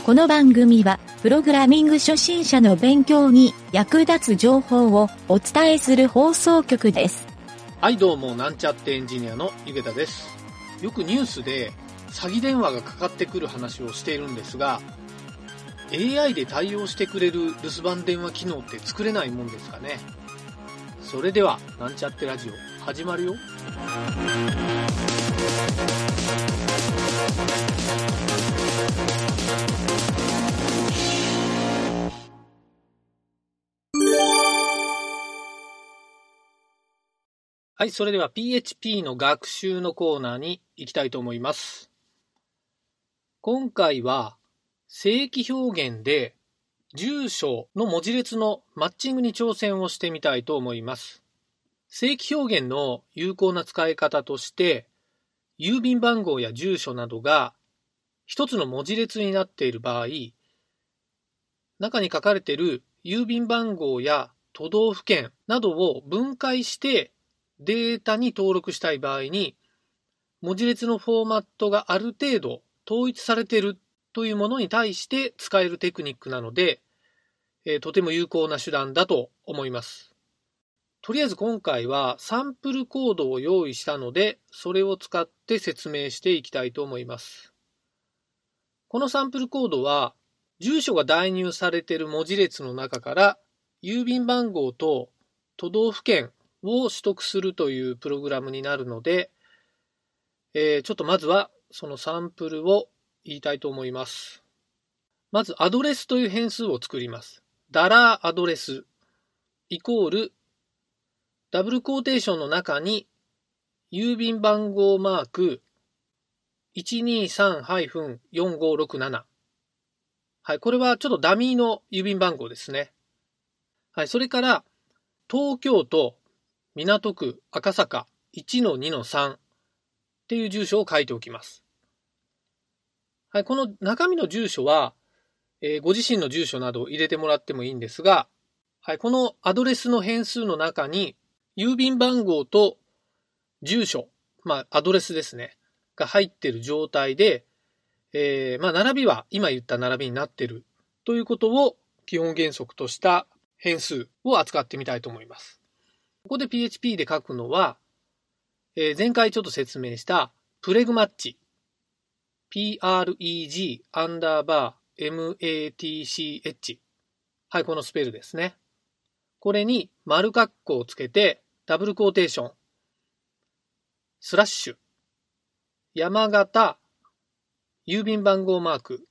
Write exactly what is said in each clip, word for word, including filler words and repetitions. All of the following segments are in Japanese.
この番組は、プログラミング初心者の勉強に役立つ情報をお伝えする放送局です。 はいどうも、なんちゃってエンジニアのゆげたです。よくニュースで詐欺電話がかかってくる話をしているんですが、エーアイ で対応してくれる留守番電話機能って作れないもんですかね。それでは、なんちゃってラジオ始まるよ。はい、それでは ピーエイチピー の学習のコーナーに行きたいと思います。今回は正規表現で住所の文字列のマッチングに挑戦をしてみたいと思います。正規表現の有効な使い方として、郵便番号や住所などが一つの文字列になっている場合、中に書かれている郵便番号や都道府県などを分解してデータに登録したい場合に、文字列のフォーマットがある程度統一されているというものに対して使えるテクニックなので、えー、とても有効な手段だと思います。とりあえず今回はサンプルコードを用意したので、それを使って説明していきたいと思います。このサンプルコードは、住所が代入されている文字列の中から郵便番号と都道府県を取得するというプログラムになるので、えー、ちょっとまずはそのサンプルを言いたいと思います。まずアドレスという変数を作ります。ダラーアドレスイコールダブルコーテーションの中に郵便番号マーク いちにさんよんごろくなな。はい、これはちょっとダミーの郵便番号ですね。はい、それから東京都港区赤坂 いちのにのさん っていう住所を書いておきます。はい、この中身の住所は、えー、ご自身の住所などを入れてもらってもいいんですが、はい、このアドレスの変数の中に郵便番号と住所、まあアドレスですね、が入っている状態で、えー、まあ並びは今言った並びになっているということを基本原則とした変数を扱ってみたいと思います。ここで ピーエイチピー で書くのは、えー、前回ちょっと説明したプレグマッチ プレグ アンダーバー マッチ、 はい、このスペルですね。これに丸括弧をつけてダブルコーテーションスラッシュ山形郵便番号マーク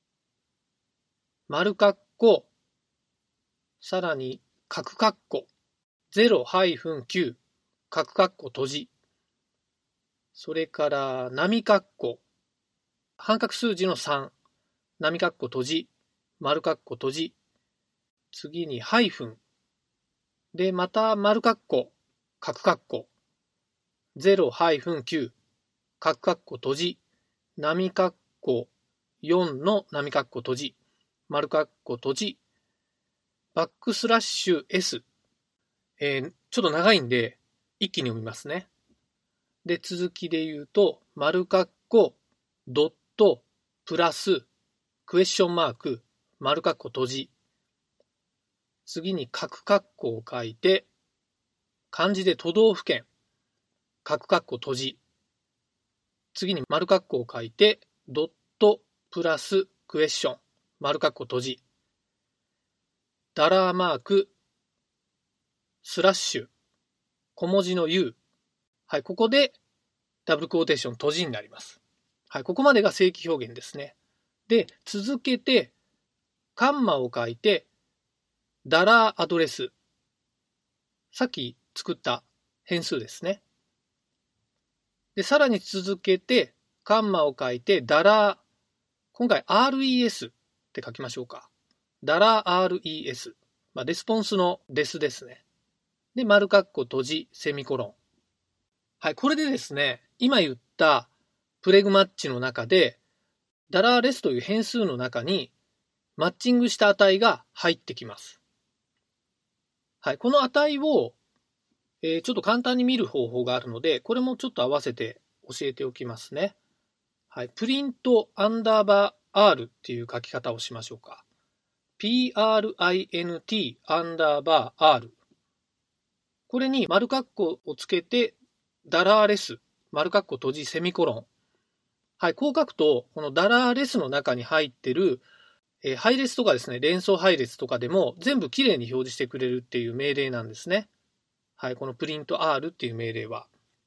丸括弧さらに角括弧 ゼロきゅう 角括弧閉じ、それから波括弧半角数字のさん、波括弧閉じ、丸括弧閉じ、次にハイフンでまた丸括弧角括弧 ゼロきゅう 角括弧閉じ、波括弧よんの波括弧閉じ、丸括弧閉じ、バックスラッシュ S、えー、ちょっと長いんで一気に読みますね。で、続きで言うと、丸括弧ドットプラスクエスチョンマーク丸括弧閉じ、次に角括弧を書いて漢字で都道府県角括弧閉じ、次に丸括弧を書いてドットプラスクエスチョン丸括弧閉じ、ダラーマークスラッシュ小文字の U、 はい、ここでダブルクォーテーション閉じになります。はい、ここまでが正規表現ですね。で、続けてカンマを書いてダラーアドレス、さっき作った変数ですね。で、さらに続けてカンマを書いてダラー、今回 アールイーエス って書きましょうか。ダラー アールイーエス、まあ、レスポンスのレスですね。で、丸括弧閉じ、セミコロン。はい、これでですね、今言ったプレグマッチの中で、ダラーレスという変数の中にマッチングした値が入ってきます。はい、この値を、えー、ちょっと簡単に見る方法があるので、これもちょっと合わせて教えておきますね。はい、プリントアンダーバ R っていう書き方をしましょうか。print アンダーバー R。これに丸括弧をつけて、ダラーレス、丸括弧閉じセミコロン。はい、こう書くと、このダラーレスの中に入ってる、えー、配列とかですね、連想配列とかでも全部きれいに表示してくれるっていう命令なんですね。はい、この プリント アール っていう命令は。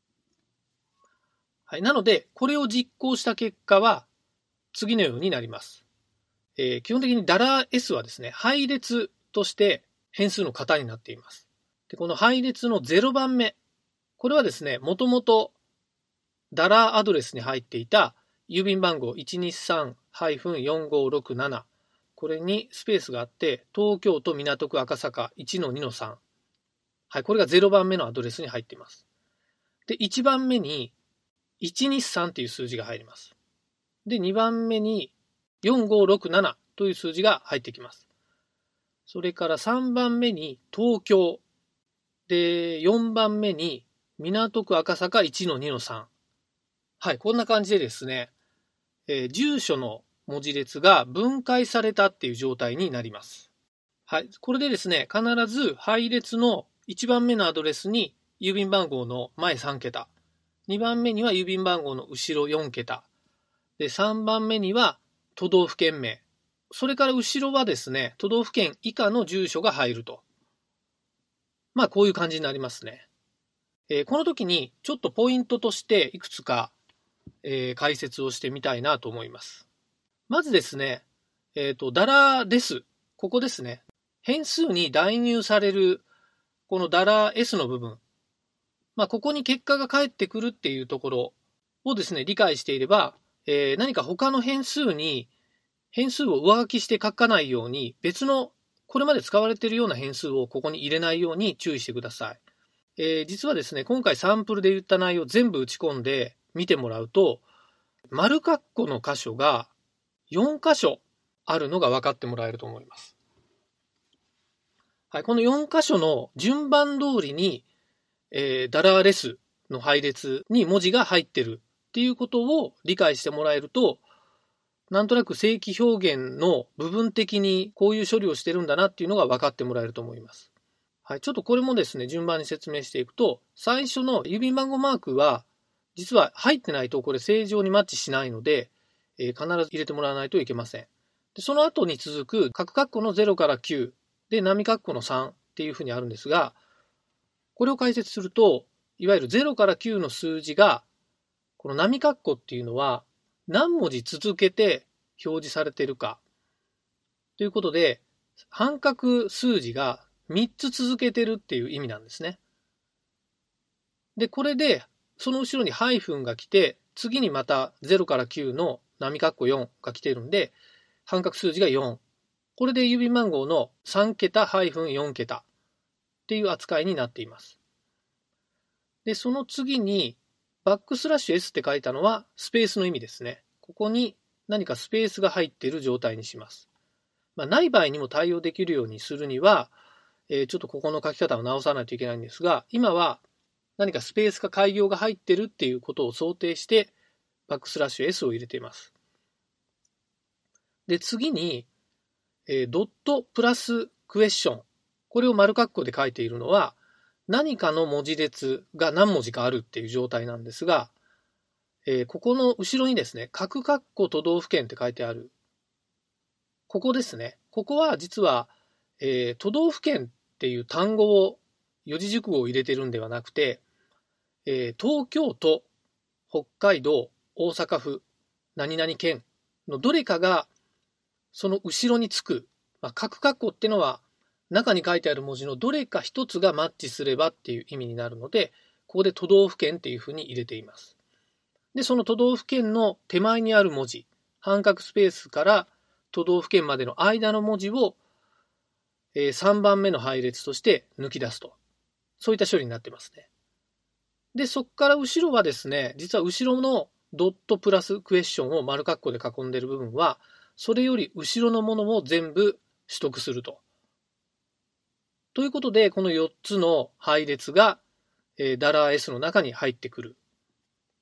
はい、なので、これを実行した結果は、次のようになります。えー、基本的にダラー S はですね、配列として変数の型になっています。で、この配列のゼロばんめ、これはですね、もともとダラーアドレスに入っていた郵便番号 いちにさんよんごろくなな、これにスペースがあって、東京都港区赤坂 いちのにのさん。はい、これがゼロばんめのアドレスに入っています。で、いちばんめにいちにさんという数字が入ります。で、にばんめによんごろくななという数字が入ってきます。それからさんばんめに東京。で、よんばんめに港区赤坂 いちのにのさん。はい、こんな感じでですね、えー、住所の文字列が分解されたっていう状態になります。はい、これでですね、必ず配列のいちばんめのアドレスに郵便番号の前さんけた、にばんめには郵便番号の後ろよんけた、でさんばんめには都道府県名、それから後ろはですね、都道府県以下の住所が入ると。まあこういう感じになりますね。えー、この時にちょっとポイントとしていくつか、えー、解説をしてみたいなと思います。まずですね、えっと、ダラです。ここですね。変数に代入されるこのダラ S の部分。まあここに結果が返ってくるっていうところをですね、理解していれば、えー、何か他の変数に変数を上書きして書かないように、別のこれまで使われているような変数をここに入れないように注意してください。えー、実はですね、今回サンプルで言った内容を全部打ち込んで見てもらうと、丸括弧の箇所がよんかしょあるのが分かってもらえると思います。はい、このよんかしょの順番通りに、えー、ダラーレスの配列に文字が入ってるっていうことを理解してもらえると、なんとなく正規表現の部分的にこういう処理をしてるんだなっていうのが分かってもらえると思います。はい、ちょっとこれもですね、順番に説明していくと、最初の郵便番号マークは、実は入ってないとこれ正常にマッチしないので、えー、必ず入れてもらわないといけません。でその後に続く角括弧のゼロからきゅうで波括弧のさんっていうふうにあるんですが、これを解説すると、いわゆるゼロからきゅうの数字が、この波括弧っていうのは何文字続けて表示されているかということで、半角数字がみっつ続けてるっていう意味なんですね。で、これでその後ろにハイフンが来て、次にまたゼロからきゅうの波括弧よんが来てるんで、半角数字がよん。これで郵便番号のさんけたハイフンよんけたっていう扱いになっています。で、その次にバックスラッシュ S って書いたのはスペースの意味ですね。ここに何かスペースが入っている状態にします。まあ、ない場合にも対応できるようにするには、えー、ちょっとここの書き方を直さないといけないんですが、今は何かスペースか改行が入ってるっていうことを想定してバックスラッシュ S を入れています。で、次に、えー、ドットプラスクエスチョン。これを丸括弧で書いているのは、何かの文字列が何文字かあるっていう状態なんですが、えー、ここの後ろにですね、角括弧都道府県って書いてある。ここですね。ここは実は、えー、都道府県っていう単語を、四字熟語を入れてるんではなくて、えー、東京都、北海道、大阪府、何々県のどれかがその後ろにつく、まあ、角括弧っていうのは中に書いてある文字のどれか一つがマッチすればっていう意味になるので、ここで都道府県っていうふうに入れています。で、その都道府県の手前にある文字、半角スペースから都道府県までの間の文字を、えー、さんばんめの配列として抜き出すと。そういった処理になってますね。で、そこから後ろはですね、実は後ろのドットプラスクエスチョンを丸括弧で囲んでいる部分は、それより後ろのものを全部取得すると。ということで、このよっつの配列が、えー、ダラー S の中に入ってくる。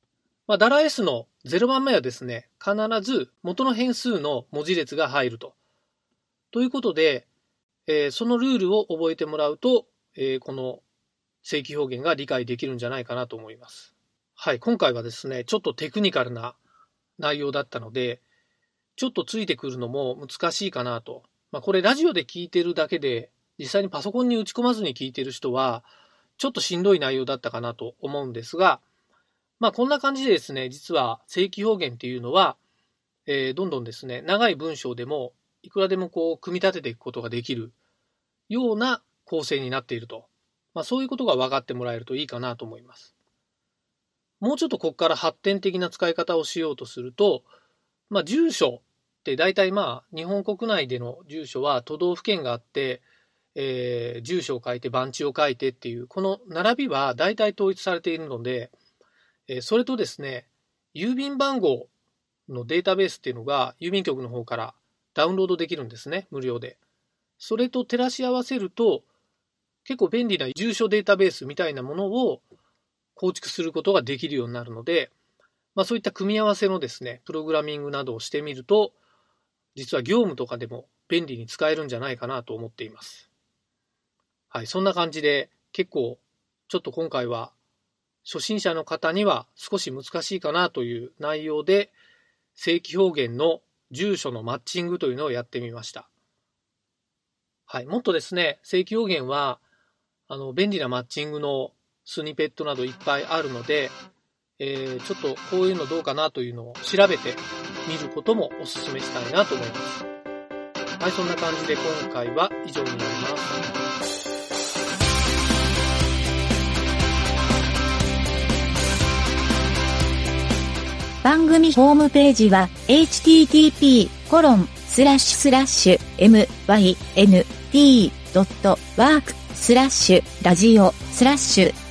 まあ、ダラ S のゼロばんめはですね、必ず元の変数の文字列が入ると。ということで、えー、そのルールを覚えてもらうと、えー、この正規表現が理解できるんじゃないかなと思います。はい、今回はですね、ちょっとテクニカルな内容だったので、ちょっとついてくるのも難しいかなと。まあ、これラジオで聞いてるだけで、実際にパソコンに打ち込まずに聞いてる人は、ちょっとしんどい内容だったかなと思うんですが、まあこんな感じでですね、実は正規表現っていうのは、えー、どんどんですね、長い文章でもいくらでもこう組み立てていくことができるような構成になっていると。まあそういうことが分かってもらえるといいかなと思います。もうちょっとここから発展的な使い方をしようとすると、まあ住所って大体まあ日本国内での住所は都道府県があって、えー、住所を書いて番地を書いてっていうこの並びは大体統一されているので、えー、それとですね、郵便番号のデータベースっていうのが郵便局の方からダウンロードできるんですね、無料で。それと照らし合わせると結構便利な住所データベースみたいなものを構築することができるようになるので、まあ、そういった組み合わせのですね、プログラミングなどをしてみると、実は業務とかでも便利に使えるんじゃないかなと思っています。はい、そんな感じで結構ちょっと今回は初心者の方には少し難しいかなという内容で正規表現の住所のマッチングというのをやってみました。はい、もっとですね、正規表現はあの便利なマッチングのスニペットなどいっぱいあるので、えー、ちょっとこういうのどうかなというのを調べてみることもお勧めしたいなと思います。はい、そんな感じで今回は以上になります。 番組ホームページは エイチティーティーピーコロンスラッシュスラッシュエムワイエヌティードットワークスラッシュラジオスラッシュ